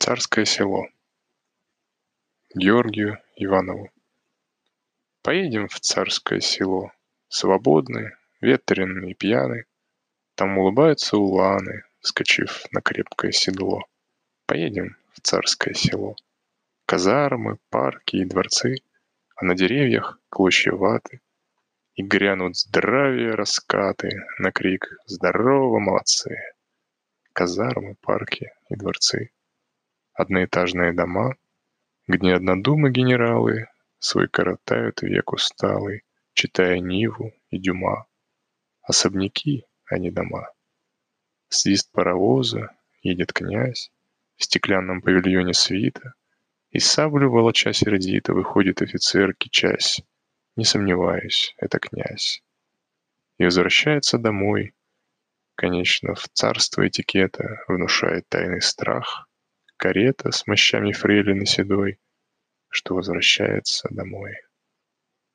Царское село. Георгию Иванову. Поедем в царское село. Свободны, ветрены и пьяны. Там улыбаются уланы, вскочив на крепкое седло. Поедем в царское село. Казармы, парки и дворцы, а на деревьях клочья ваты. И грянут здравия раскаты на крик «Здорово, молодцы!» Казармы, парки и дворцы. Одноэтажные дома, где однодумы генералы свой коротают век усталый, читая Ниву и Дюма. Особняки, а не дома. Свист паровоза, едет князь, в стеклянном павильоне свита, и саблю волоча сердито выходит офицер кичась. Не сомневаюсь, это князь. И возвращается домой. Конечно, в царство этикета внушает тайный страх карета с мощами фрейлины седой, что возвращается домой.